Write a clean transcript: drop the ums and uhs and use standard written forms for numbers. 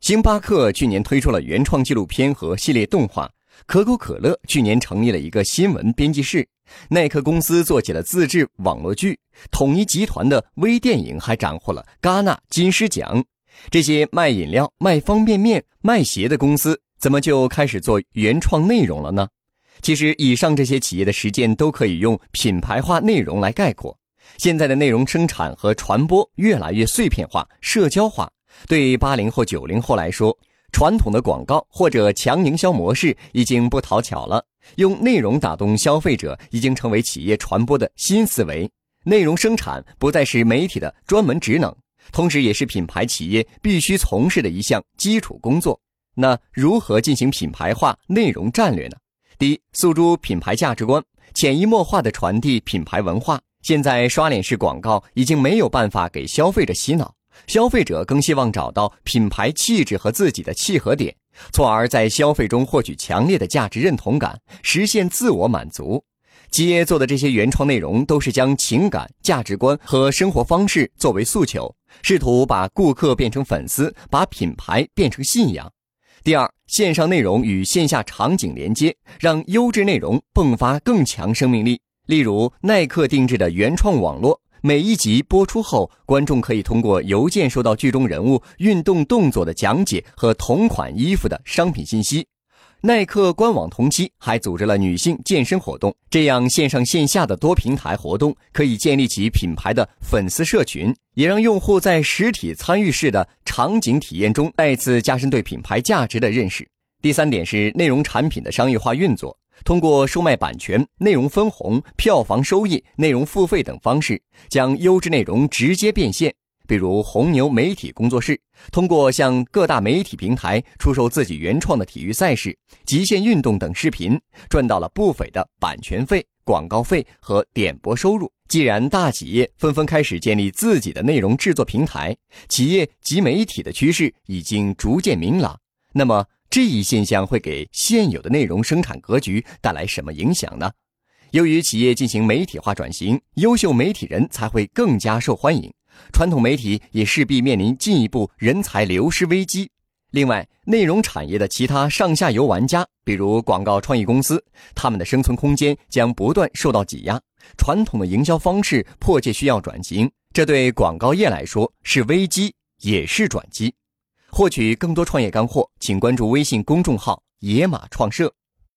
星巴克去年推出了原创纪录片和系列动画，可口可乐去年成立了一个新闻编辑室，耐克公司做起了自制网络剧，统一集团的微电影还斩获了戛纳金狮奖。这些卖饮料、卖方便面、卖鞋的公司怎么就开始做原创内容了呢？其实以上这些企业的实践都可以用品牌化内容来概括。现在的内容生产和传播越来越碎片化、社交化，对80后、90后来说，传统的广告或者强营销模式已经不讨巧了，用内容打动消费者已经成为企业传播的新思维。内容生产不再是媒体的专门职能，同时也是品牌企业必须从事的一项基础工作。那如何进行品牌化内容战略呢？第一，诉诸品牌价值观，潜移默化地传递品牌文化。现在刷脸式广告已经没有办法给消费者洗脑，消费者更希望找到品牌气质和自己的契合点，从而在消费中获取强烈的价值认同感，实现自我满足。企业做的这些原创内容都是将情感、价值观和生活方式作为诉求，试图把顾客变成粉丝，把品牌变成信仰。第二，线上内容与线下场景连接，让优质内容迸发更强生命力。例如耐克定制的原创网络，每一集播出后，观众可以通过邮件收到剧中人物运动动作的讲解和同款衣服的商品信息。耐克官网同期还组织了女性健身活动，这样线上线下的多平台活动可以建立起品牌的粉丝社群，也让用户在实体参与式的场景体验中再次加深对品牌价值的认识。第三点是内容产品的商业化运作，通过售卖版权、内容分红、票房收益、内容付费等方式，将优质内容直接变现。比如红牛媒体工作室通过向各大媒体平台出售自己原创的体育赛事、极限运动等视频，赚到了不菲的版权费、广告费和点播收入。既然大企业纷纷开始建立自己的内容制作平台，企业及媒体的趋势已经逐渐明朗，那么这一现象会给现有的内容生产格局带来什么影响呢？由于企业进行媒体化转型，优秀媒体人才会更加受欢迎，传统媒体也势必面临进一步人才流失危机。另外，内容产业的其他上下游玩家，比如广告创意公司，他们的生存空间将不断受到挤压，传统的营销方式迫切需要转型，这对广告业来说是危机，也是转机。获取更多创业干货，请关注微信公众号野马创社。